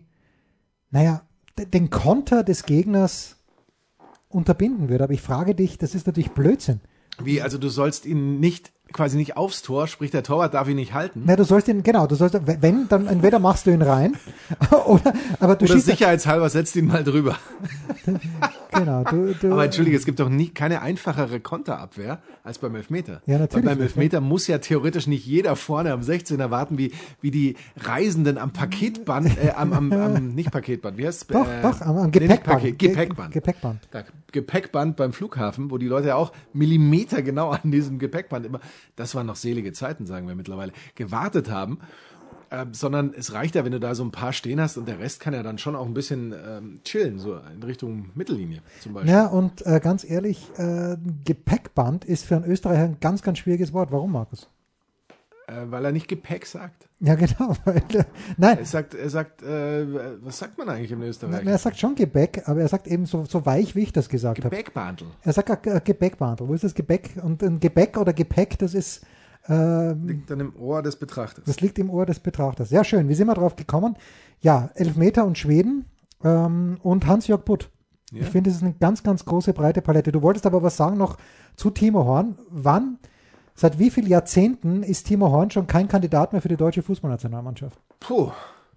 den Konter des Gegners unterbinden würde. Aber ich frage dich, das ist natürlich Blödsinn. Wie, also du sollst ihn quasi nicht aufs Tor, sprich der Torwart darf ihn nicht halten? Na, wenn, dann entweder machst du ihn rein, oder sicherheitshalber setzt ihn mal drüber. Genau. Aber entschuldige, es gibt doch keine einfachere Konterabwehr als beim Elfmeter. Ja, natürlich. Weil beim Elfmeter muss ja theoretisch nicht jeder vorne am 16er warten, wie die Reisenden am Paketband, nicht Paketband, wie heißt es? Doch, am Gepäckband. Gepäckband. Gepäckband beim Flughafen, wo die Leute ja auch Millimeter genau an diesem Gepäckband immer, das waren noch selige Zeiten, sagen wir mittlerweile, gewartet haben. Sondern es reicht ja, wenn du da so ein paar stehen hast und der Rest kann ja dann schon auch ein bisschen chillen, so in Richtung Mittellinie zum Beispiel. Ja, und ganz ehrlich, Gepäckband ist für einen Österreicher ein ganz, ganz schwieriges Wort. Warum, Markus? Weil er nicht Gepäck sagt. Ja, genau. Nein. Er sagt, was sagt man eigentlich im Österreich? Er sagt schon Gebäck, aber er sagt eben so weich, wie ich das gesagt habe. Gepäckbandel. Er sagt Gepäckbandel. Wo ist das Gebäck? Und ein Gebäck oder Gepäck, das ist... liegt dann im Ohr des Betrachters. Das liegt im Ohr des Betrachters. Ja, schön. Wie sind wir drauf gekommen? Ja, Elfmeter und Schweden und Hans-Jörg Butt. Ja. Ich finde, das ist eine ganz, ganz große, breite Palette. Du wolltest aber was sagen noch zu Timo Horn. Seit wie vielen Jahrzehnten ist Timo Horn schon kein Kandidat mehr für die deutsche Fußballnationalmannschaft? Puh.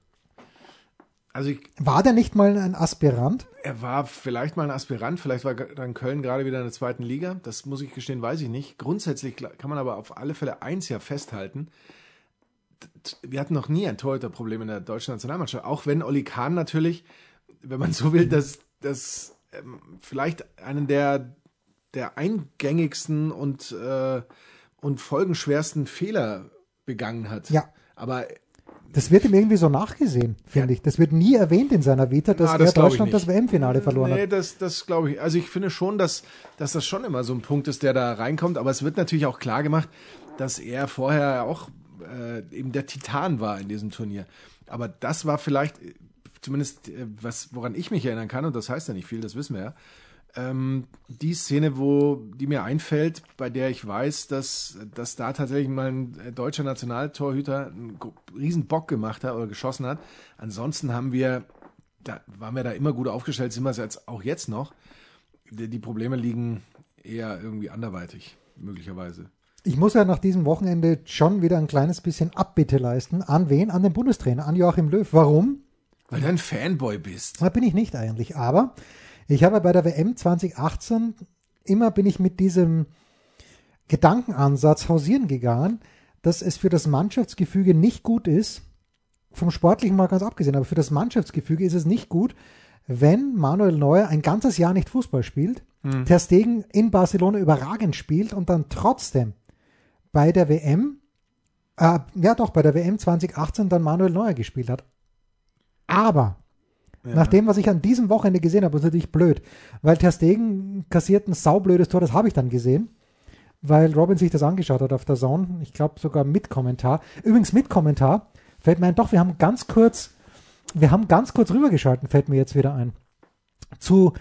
War der nicht mal ein Aspirant? Er war vielleicht mal ein Aspirant, vielleicht war dann Köln gerade wieder in der zweiten Liga. Das muss ich gestehen, weiß ich nicht. Grundsätzlich kann man aber auf alle Fälle eins ja festhalten. Wir hatten noch nie ein Torhüterproblem in der deutschen Nationalmannschaft. Auch wenn Oli Kahn natürlich, wenn man so will, das vielleicht einen der eingängigsten und folgenschwersten Fehler begangen hat. Ja. Aber das wird ihm irgendwie so nachgesehen, finde ich. Das wird nie erwähnt in seiner Vita, dass er Deutschland das WM-Finale verloren hat. Nee, das glaube ich. Also ich finde schon, dass das schon immer so ein Punkt ist, der da reinkommt. Aber es wird natürlich auch klar gemacht, dass er vorher auch eben der Titan war in diesem Turnier. Aber das war vielleicht, zumindest woran ich mich erinnern kann, und das heißt ja nicht viel, das wissen wir ja, die Szene, die mir einfällt, bei der ich weiß, dass da tatsächlich mal ein deutscher Nationaltorhüter einen riesen Bock gemacht hat oder geschossen hat. Ansonsten waren wir da immer gut aufgestellt, sind wir es auch jetzt noch. Die Probleme liegen eher irgendwie anderweitig, möglicherweise. Ich muss ja nach diesem Wochenende schon wieder ein kleines bisschen Abbitte leisten. An wen? An den Bundestrainer, an Joachim Löw. Warum? Weil du ein Fanboy bist. Da bin ich nicht eigentlich, aber ich habe bei der WM 2018 bin ich mit diesem Gedankenansatz hausieren gegangen, dass es für das Mannschaftsgefüge nicht gut ist, vom Sportlichen mal ganz abgesehen, aber für das Mannschaftsgefüge ist es nicht gut, wenn Manuel Neuer ein ganzes Jahr nicht Fußball spielt, Ter Stegen in Barcelona überragend spielt und dann trotzdem bei der WM 2018 dann Manuel Neuer gespielt hat. Aber nach dem, was ich an diesem Wochenende gesehen habe, ist natürlich blöd, weil Ter Stegen kassiert ein saublödes Tor, das habe ich dann gesehen, weil Robin sich das angeschaut hat auf der Zone, ich glaube sogar mit Kommentar. Übrigens mit Kommentar fällt mir ein, doch, wir haben ganz kurz rübergeschalten, fällt mir jetzt wieder ein, zu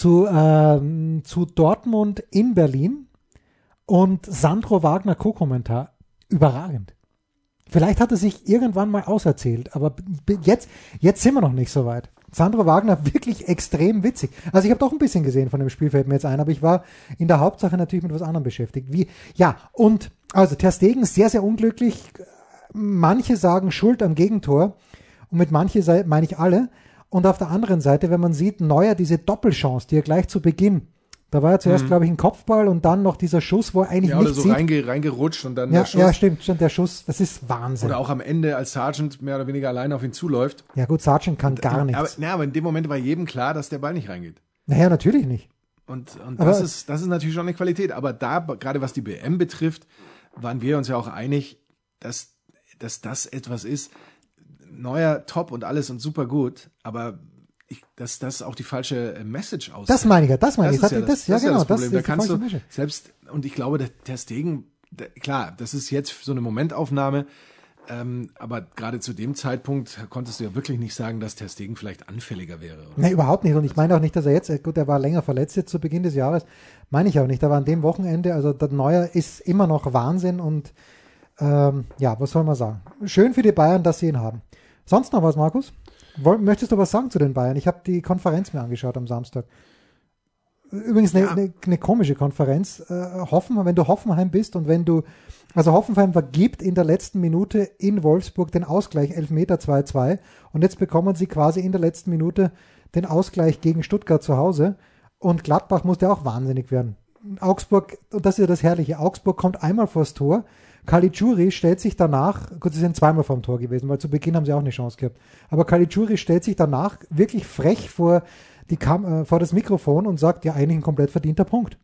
Dortmund in Berlin und Sandro Wagner Co-Kommentar. Überragend. Vielleicht hat er sich irgendwann mal auserzählt, aber jetzt sind wir noch nicht so weit. Sandro Wagner wirklich extrem witzig. Also ich habe doch ein bisschen gesehen von dem Spiel, fällt mir jetzt ein, aber ich war in der Hauptsache natürlich mit was anderem beschäftigt. Also Ter Stegen sehr, sehr unglücklich. Manche sagen Schuld am Gegentor und mit manche meine ich alle. Und auf der anderen Seite, wenn man sieht, Neuer diese Doppelchance, die er gleich zu Beginn, da war ja zuerst, glaube ich, ein Kopfball und dann noch dieser Schuss, wo er eigentlich nicht so sieht. reingerutscht und dann der Schuss. Ja, stimmt, der Schuss, das ist Wahnsinn. Oder auch am Ende, als Sargent mehr oder weniger alleine auf ihn zuläuft. Ja gut, Sargent kann gar nichts. Aber in dem Moment war jedem klar, dass der Ball nicht reingeht. Naja, natürlich nicht. Und das ist natürlich schon eine Qualität. Aber da, gerade was die WM betrifft, waren wir uns ja auch einig, dass das etwas ist. Neuer top und alles und super gut, aber dass das auch die falsche Message aussieht. Das meine ich ja. Das ist ja das Problem. Das ist Da kannst du Message. selbst, und ich glaube, der Ter Stegen, klar, das ist jetzt so eine Momentaufnahme, aber gerade zu dem Zeitpunkt konntest du ja wirklich nicht sagen, dass Ter Stegen vielleicht anfälliger wäre. Oder? Nee, überhaupt nicht. Und ich meine auch nicht, dass er jetzt, gut, er war länger verletzt jetzt zu Beginn des Jahres, meine ich auch nicht. Aber an dem Wochenende, also der Neuer ist immer noch Wahnsinn und ja, was soll man sagen? Schön für die Bayern, dass sie ihn haben. Sonst noch was, Markus? Möchtest du was sagen zu den Bayern? Ich habe die Konferenz mir angeschaut am Samstag. Übrigens eine komische Konferenz. Wenn du Hoffenheim bist und also Hoffenheim vergibt in der letzten Minute in Wolfsburg den Ausgleich, Elfmeter 2-2 und jetzt bekommen sie quasi in der letzten Minute den Ausgleich gegen Stuttgart zu Hause und Gladbach musste auch wahnsinnig werden. Augsburg, und das ist ja das Herrliche, Augsburg kommt einmal vors Tor, Caligiuri stellt sich danach, gut, sie sind zweimal vorm Tor gewesen, weil zu Beginn haben sie auch eine Chance gehabt, aber Caligiuri stellt sich danach wirklich frech vor das Mikrofon und sagt, ja, eigentlich ein komplett verdienter Punkt.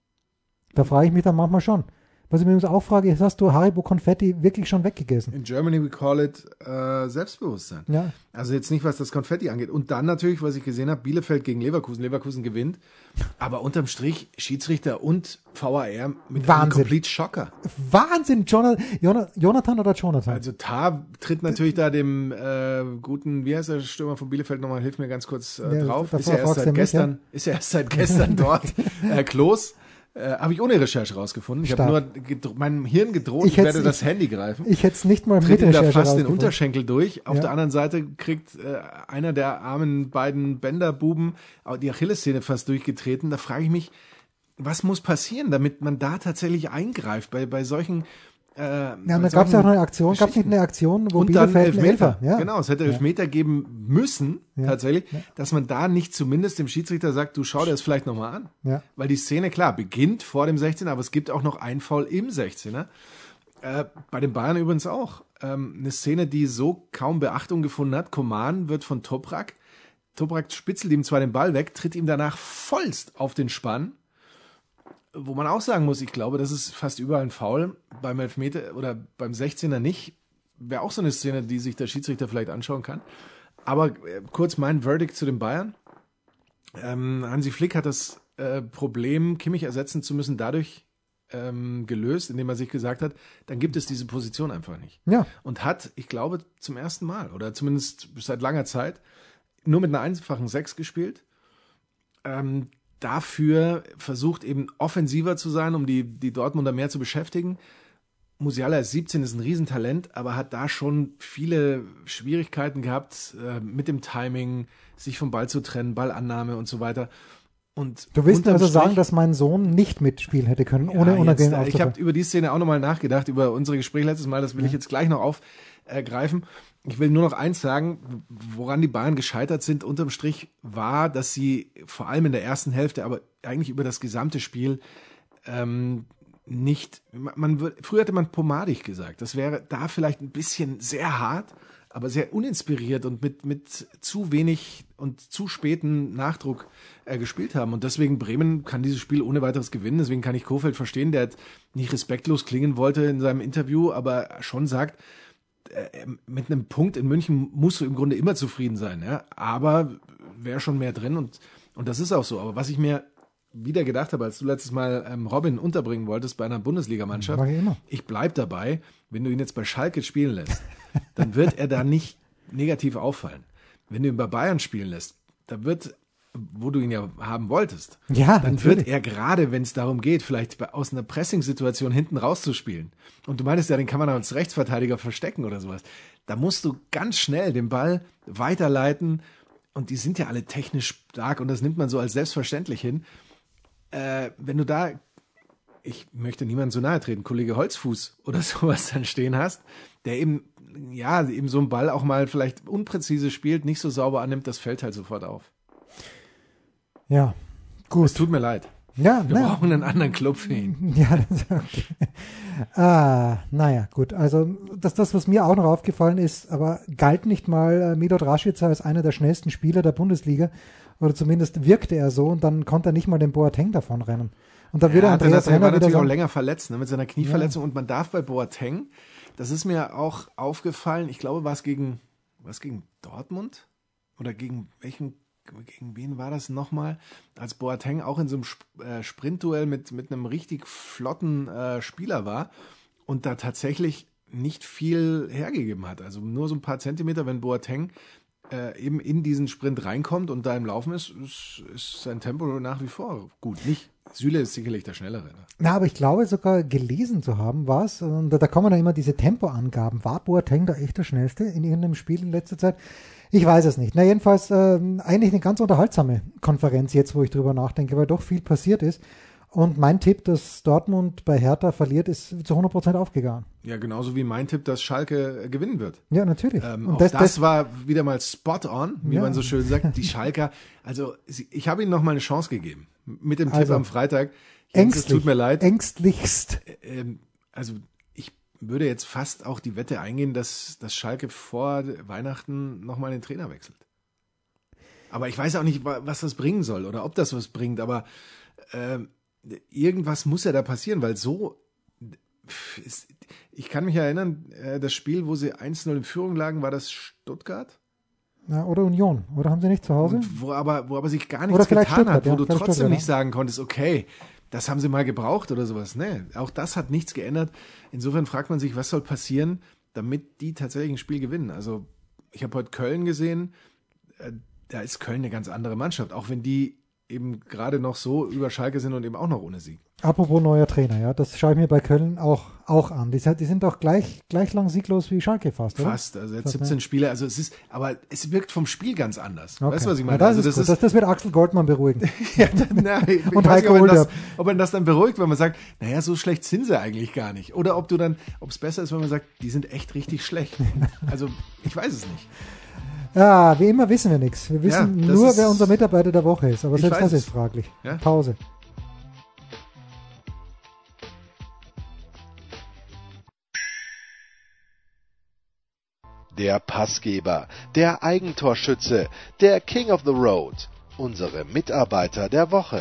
Da frage ich mich dann manchmal schon. Was ich mir auch frage, ist, hast du Haribo Konfetti wirklich schon weggegessen? In Germany we call it Selbstbewusstsein. Ja. Also jetzt nicht, was das Konfetti angeht. Und dann natürlich, was ich gesehen habe, Bielefeld gegen Leverkusen. Leverkusen gewinnt. Aber unterm Strich Schiedsrichter und VAR mit einem Complete Schocker. Wahnsinn! Jonathan oder Jonathan? Also Tar tritt natürlich da dem guten, wie heißt der Stürmer von Bielefeld nochmal, hilf mir ganz kurz drauf. Ist ja erst seit gestern dort. Klos. Habe ich ohne Recherche rausgefunden. Ich habe nur meinem Hirn gedroht, ich werde das Handy greifen. Ich hätte es nicht mal mit Recherche da fast den Unterschenkel durch. Auf der anderen Seite kriegt einer der armen beiden Bänderbuben die Achillessehne fast durchgetreten. Da frage ich mich, was muss passieren, damit man da tatsächlich eingreift bei solchen da gab es ja auch eine Aktion, gab es nicht eine Aktion, wo und Bielefeld dann Elfmeter. Ja. Genau, es hätte Elfmeter geben müssen, tatsächlich, dass man da nicht zumindest dem Schiedsrichter sagt, du schau dir das vielleicht nochmal an. Ja. Weil die Szene, klar, beginnt vor dem 16er, aber es gibt auch noch einen Foul im 16er. Bei den Bayern übrigens auch. Eine Szene, die so kaum Beachtung gefunden hat. Coman wird von Toprak spitzelt ihm zwar den Ball weg, tritt ihm danach vollst auf den Spann. Wo man auch sagen muss, ich glaube, das ist fast überall ein Foul. Beim Elfmeter oder beim 16er nicht. Wäre auch so eine Szene, die sich der Schiedsrichter vielleicht anschauen kann. Aber kurz mein Verdict zu den Bayern. Hansi Flick hat das Problem, Kimmich ersetzen zu müssen, dadurch gelöst, indem er sich gesagt hat, dann gibt es diese Position einfach nicht. Ja. Und hat, ich glaube, zum ersten Mal oder zumindest seit langer Zeit nur mit einer einfachen 6 gespielt. Dafür versucht eben offensiver zu sein, um die Dortmunder mehr zu beschäftigen. Musiala ist 17, ist ein Riesentalent, aber hat da schon viele Schwierigkeiten gehabt mit dem Timing, sich vom Ball zu trennen, Ballannahme und so weiter. Und du willst also sagen, dass mein Sohn nicht mitspielen hätte können, ohne unabhängig aufzuhören? Ich habe über die Szene auch nochmal nachgedacht, über unsere Gespräche letztes Mal, das will ich jetzt gleich noch aufgreifen. Ich will nur noch eins sagen, woran die Bayern gescheitert sind, unterm Strich war, dass sie vor allem in der ersten Hälfte, aber eigentlich über das gesamte Spiel früher hätte man pomadig gesagt, das wäre da vielleicht ein bisschen sehr hart, aber sehr uninspiriert und mit zu wenig und zu späten Nachdruck gespielt haben. Und deswegen Bremen kann dieses Spiel ohne weiteres gewinnen. Deswegen kann ich Kohfeldt verstehen, der nicht respektlos klingen wollte in seinem Interview, aber schon sagt, mit einem Punkt in München musst du im Grunde immer zufrieden sein. Ja? Aber wäre schon mehr drin und das ist auch so. Aber was ich mir wieder gedacht habe, als du letztes Mal Robin unterbringen wolltest bei einer Bundesligamannschaft, ich bleib dabei, wenn du ihn jetzt bei Schalke spielen lässt, dann wird er da nicht negativ auffallen. Wenn du ihn bei Bayern spielen lässt, da wird, wo du ihn ja haben wolltest, dann wird er gerade, wenn es darum geht, vielleicht aus einer Pressing-Situation hinten rauszuspielen. Und du meintest ja, den kann man als Rechtsverteidiger verstecken oder sowas. Da musst du ganz schnell den Ball weiterleiten und die sind ja alle technisch stark und das nimmt man so als selbstverständlich hin. Wenn du da, ich möchte niemandem so nahe treten, Kollege Holzfuß oder sowas dann stehen hast, der eben so einen Ball auch mal vielleicht unpräzise spielt, nicht so sauber annimmt, das fällt halt sofort auf. Ja, gut. Es tut mir leid. Ja, wir brauchen einen anderen Club für ihn. Ja, das ist okay. Naja, gut. Also das, was mir auch noch aufgefallen ist, aber galt nicht mal Milot Rashica als einer der schnellsten Spieler der Bundesliga, oder zumindest wirkte er so, und dann konnte er nicht mal den Boateng davon rennen. Und dann wieder Andreas Renner war natürlich wieder auch länger verletzt, ne, mit seiner Knieverletzung. Und man darf bei Boateng, das ist mir auch aufgefallen, ich glaube, war es gegen Dortmund? Oder gegen welchen gegen wen war das nochmal? Als Boateng auch in so einem Sprintduell mit einem richtig flotten Spieler war und da tatsächlich nicht viel hergegeben hat. Also nur so ein paar Zentimeter, wenn Boateng eben in diesen Sprint reinkommt und da im Laufen ist sein Tempo nach wie vor gut. Nicht, Süle ist sicherlich der Schnellere. Ne? Na, aber ich glaube sogar gelesen zu haben, was, und da kommen dann immer diese Tempoangaben. War Boateng da echt der Schnellste in irgendeinem Spiel in letzter Zeit? Ich weiß es nicht. Na, jedenfalls eigentlich eine ganz unterhaltsame Konferenz jetzt, wo ich drüber nachdenke, weil doch viel passiert ist. Und mein Tipp, dass Dortmund bei Hertha verliert, ist zu 100% aufgegangen. Ja, genauso wie mein Tipp, dass Schalke gewinnen wird. Ja, natürlich. Und das war wieder mal spot on, wie man so schön sagt. Die Schalker, also ich habe ihnen noch mal eine Chance gegeben. Mit dem Tipp am Freitag. Jens, es tut mir leid. Ängstlichst. Also ich würde jetzt fast auch die Wette eingehen, dass Schalke vor Weihnachten noch mal den Trainer wechselt. Aber ich weiß auch nicht, was das bringen soll oder ob das was bringt. Aber irgendwas muss ja da passieren, weil so ich kann mich erinnern, das Spiel, wo sie 1-0 in Führung lagen, war das Stuttgart? Ja, oder Union, oder haben sie nicht zu Hause? Und wo aber sich gar nichts getan hat, wo du trotzdem nicht sagen konntest, okay, das haben sie mal gebraucht oder sowas. Nee, auch das hat nichts geändert. Insofern fragt man sich, was soll passieren, damit die tatsächlich ein Spiel gewinnen. Also ich habe heute Köln gesehen, da ist Köln eine ganz andere Mannschaft, auch wenn die eben gerade noch so über Schalke sind und eben auch noch ohne Sieg. Apropos neuer Trainer, ja, das schaue ich mir bei Köln auch an. Die sind doch gleich lang sieglos wie Schalke fast, oder? Fast, also jetzt 17 Spiele, also aber es wirkt vom Spiel ganz anders. Okay. Weißt du, was ich meine? Ja, das wird Axel Goldmann beruhigen. Ja, und Heiko Older. Ob man das dann beruhigt, wenn man sagt, naja, so schlecht sind sie eigentlich gar nicht. Oder ob es besser ist, wenn man sagt, die sind echt richtig schlecht. Also, ich weiß es nicht. Ja, wie immer wissen wir nichts. Wir wissen nur, wer unser Mitarbeiter der Woche ist. Aber selbst das ist fraglich. Ja? Pause. Der Passgeber, der Eigentorschütze, der King of the Road, unsere Mitarbeiter der Woche.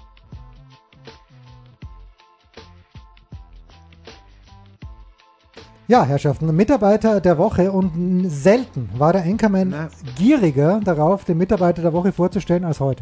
Ja, Herrschaften, Mitarbeiter der Woche und selten war der Anchorman gieriger darauf, den Mitarbeiter der Woche vorzustellen als heute.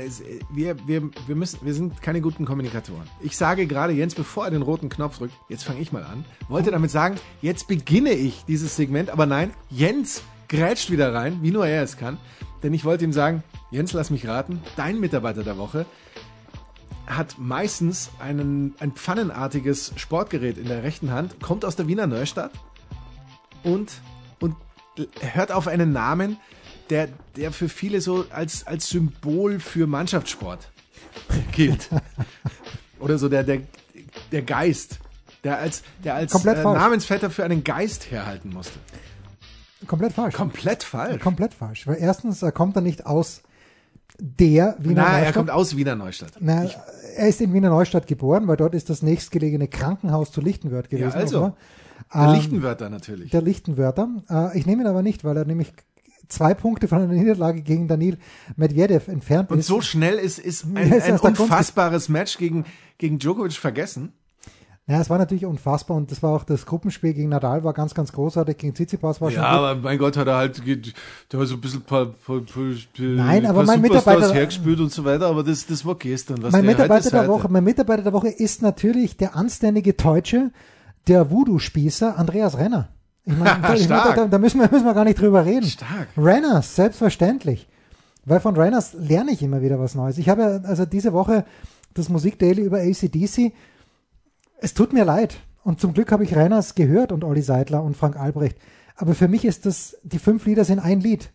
Wir sind keine guten Kommunikatoren. Ich sage gerade Jens, bevor er den roten Knopf drückt, jetzt fange ich mal an, wollte damit sagen, jetzt beginne ich dieses Segment, aber nein, Jens grätscht wieder rein, wie nur er es kann, denn ich wollte ihm sagen, Jens, lass mich raten, dein Mitarbeiter der Woche hat meistens ein pfannenartiges Sportgerät in der rechten Hand, kommt aus der Wiener Neustadt und hört auf einen Namen, der für viele so als Symbol für Mannschaftssport gilt. Oder so der Geist, der als Namensvetter für einen Geist herhalten musste. Komplett falsch. Komplett falsch? Komplett falsch. Weil erstens kommt er nicht aus der Wiener Neustadt. Er kommt aus Wiener Neustadt. Er ist in Wiener Neustadt geboren, weil dort ist das nächstgelegene Krankenhaus zu Lichtenwörth gewesen. Ja, also, der Lichtenwörther natürlich. Der Lichtenwörther. Ich nehme ihn aber nicht, weil er nämlich 2 Punkte von einer Niederlage gegen Daniil Medvedev entfernt ist. Und so schnell ist ein unfassbares Match gegen Djokovic vergessen. Ja, es war natürlich unfassbar und das war auch das Gruppenspiel gegen Nadal, war ganz, ganz großartig, gegen Tsitsipas war schon gut. Aber mein Gott, hat er halt der hat so ein bisschen Nein, aber mein Mitarbeiter hergespielt und so weiter, aber das war gestern. Mein Mitarbeiter der Woche ist natürlich der anständige Deutsche, der Voodoo-Spießer Andreas Renner. Ich meine, da müssen wir gar nicht drüber reden. Stark. Renners, selbstverständlich. Weil von Renners lerne ich immer wieder was Neues. Ich habe ja also diese Woche das Musikdaily über AC/DC. Es tut mir leid. Und zum Glück habe ich Renners gehört und Olli Seidler und Frank Albrecht. Aber für mich ist das, die 5 Lieder sind ein Lied.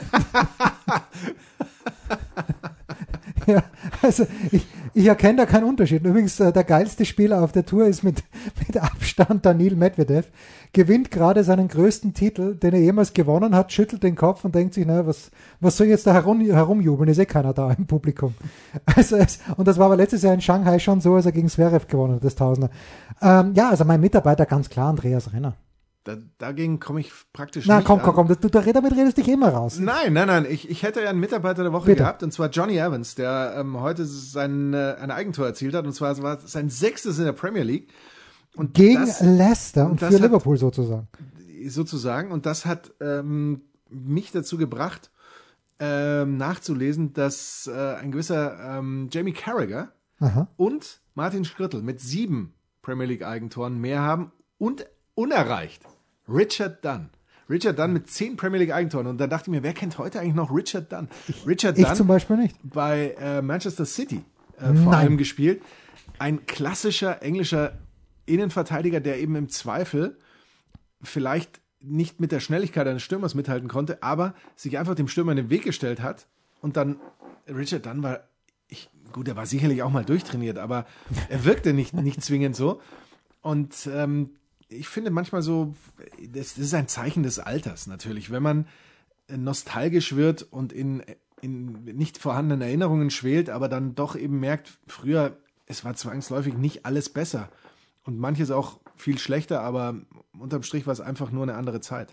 Ja, also ich erkenne da keinen Unterschied. Übrigens, der geilste Spieler auf der Tour ist mit Abstand Daniil Medvedev. Gewinnt gerade seinen größten Titel, den er jemals gewonnen hat, schüttelt den Kopf und denkt sich, naja, was soll jetzt da herumjubeln? Ist eh keiner da im Publikum. Und das war aber letztes Jahr in Shanghai schon so, als er gegen Zverev gewonnen hat, das Tausender. Also mein Mitarbeiter ganz klar, Andreas Renner. Dagegen komme ich praktisch nicht an. Komm, damit redest du dich immer raus. Nein, ich hätte ja einen Mitarbeiter der Woche gehabt, und zwar Johnny Evans, der heute ein Eigentor erzielt hat, und zwar war es sein 6. in der Premier League. Und gegen Leicester und für Liverpool sozusagen. Und das hat mich dazu gebracht, nachzulesen, dass ein gewisser Jamie Carragher und Martin Schkrtl mit 7 Premier League Eigentoren mehr haben und unerreicht Richard Dunn. Richard Dunn mit 10 Premier League Eigentoren. Und da dachte ich mir, wer kennt heute eigentlich noch Richard Dunn? Richard Dunn zum Beispiel nicht. Bei Manchester City vor allem gespielt. Ein klassischer englischer Innenverteidiger, der eben im Zweifel vielleicht nicht mit der Schnelligkeit eines Stürmers mithalten konnte, aber sich einfach dem Stürmer in den Weg gestellt hat. Und dann, Richard Dunn war, er war sicherlich auch mal durchtrainiert, aber er wirkte nicht zwingend so. Und ich finde manchmal so, das ist ein Zeichen des Alters natürlich, wenn man nostalgisch wird und in nicht vorhandenen Erinnerungen schwelt, aber dann doch eben merkt, früher, es war zwangsläufig nicht alles besser. Und manches auch viel schlechter, aber unterm Strich war es einfach nur eine andere Zeit.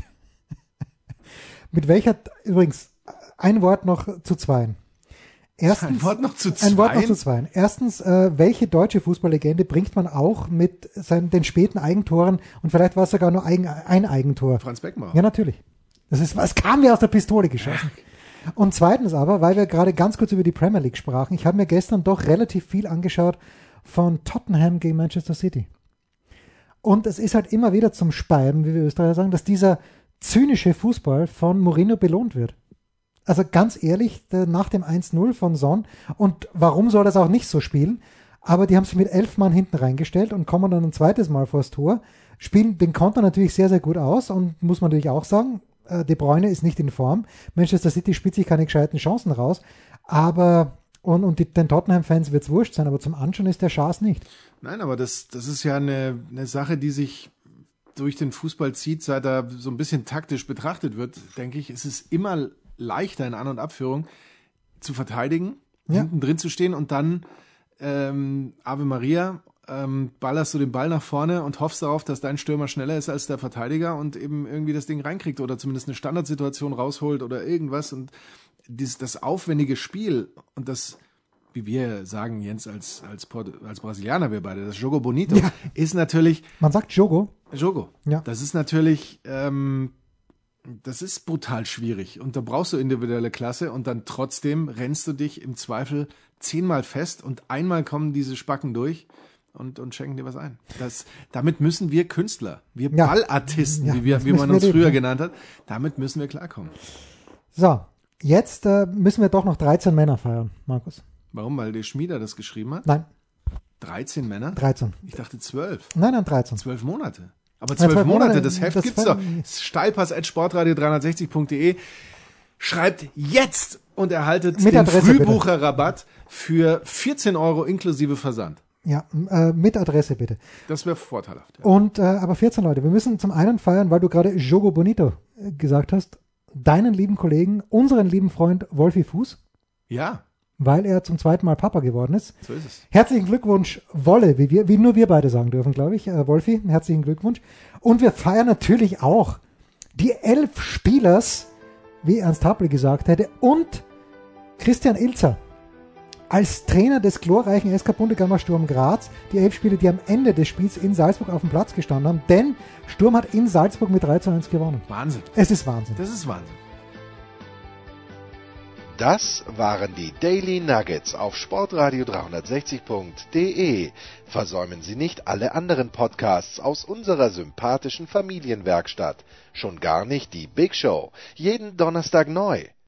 Übrigens, ein Wort noch zu zweien. Ein Wort noch zu zweien? Erstens, welche deutsche Fußballlegende bringt man auch mit den späten Eigentoren und vielleicht war es sogar nur ein Eigentor? Franz Beckenbauer. Ja, natürlich. Es kam mir aus der Pistole geschossen. Und zweitens aber, weil wir gerade ganz kurz über die Premier League sprachen, ich habe mir gestern doch relativ viel angeschaut von Tottenham gegen Manchester City. Und es ist halt immer wieder zum Speien, wie wir Österreicher sagen, dass dieser zynische Fußball von Mourinho belohnt wird. Also ganz ehrlich, nach dem 1-0 von Son, und warum soll das auch nicht so spielen, aber die haben sich mit 11 Mann hinten reingestellt und kommen dann ein zweites Mal vors Tor, spielen den Konter natürlich sehr, sehr gut aus und muss man natürlich auch sagen, De Bruyne ist nicht in Form, Manchester City spielt sich keine gescheiten Chancen raus, aber den Tottenham-Fans wird es wurscht sein, aber zum Anschauen ist der Schaß nicht. Nein, aber das ist ja eine Sache, die sich durch den Fußball zieht, seit er so ein bisschen taktisch betrachtet wird, denke ich. Es ist immer leichter in An- und Abführung zu verteidigen, hinten drin zu stehen und dann Ave Maria, ballerst du den Ball nach vorne und hoffst darauf, dass dein Stürmer schneller ist als der Verteidiger und eben irgendwie das Ding reinkriegt oder zumindest eine Standardsituation rausholt oder irgendwas. Und das aufwendige Spiel und das, wie wir sagen, Jens, als Brasilianer, wir beide, das Jogo Bonito, ist natürlich... Man sagt Jogo. Jogo. Ja. Das ist natürlich... das ist brutal schwierig und da brauchst du individuelle Klasse und dann trotzdem rennst du dich im Zweifel 10-mal fest und einmal kommen diese Spacken durch und schenken dir was ein. Damit müssen wir Künstler, wir Ballartisten, wie man uns früher genannt hat, damit müssen wir klarkommen. So, jetzt müssen wir doch noch 13 Männer feiern, Markus. Warum? Weil der Schmieder das geschrieben hat? Nein. 13 Männer? 13. Ich dachte 12. Nein, 13. 12 Monate. Aber 12 Monate, das Heft gibt's doch. Steilpass@sportradio360.de. Schreibt jetzt und erhaltet mit den Adresse, Frühbucherrabatt für 14 € inklusive Versand. Ja, mit Adresse bitte. Das wäre vorteilhaft. Ja. Und aber 14 Leute, wir müssen zum einen feiern, weil du gerade Jogo Bonito gesagt hast, deinen lieben Kollegen, unseren lieben Freund Wolfi Fuß. Ja. Weil er zum zweiten Mal Papa geworden ist. So ist es. Herzlichen Glückwunsch, Wolle, wie nur wir beide sagen dürfen, glaube ich. Wolfi, herzlichen Glückwunsch. Und wir feiern natürlich auch die 11 Spielers, wie Ernst Happel gesagt hätte, und Christian Ilzer als Trainer des glorreichen SK Bundegammer Sturm Graz. Die 11 Spieler, die am Ende des Spiels in Salzburg auf dem Platz gestanden haben, denn Sturm hat in Salzburg mit 3:1 gewonnen. Wahnsinn. Es ist Wahnsinn. Das ist Wahnsinn. Das waren die Daily Nuggets auf sportradio360.de. Versäumen Sie nicht alle anderen Podcasts aus unserer sympathischen Familienwerkstatt. Schon gar nicht die Big Show. Jeden Donnerstag neu.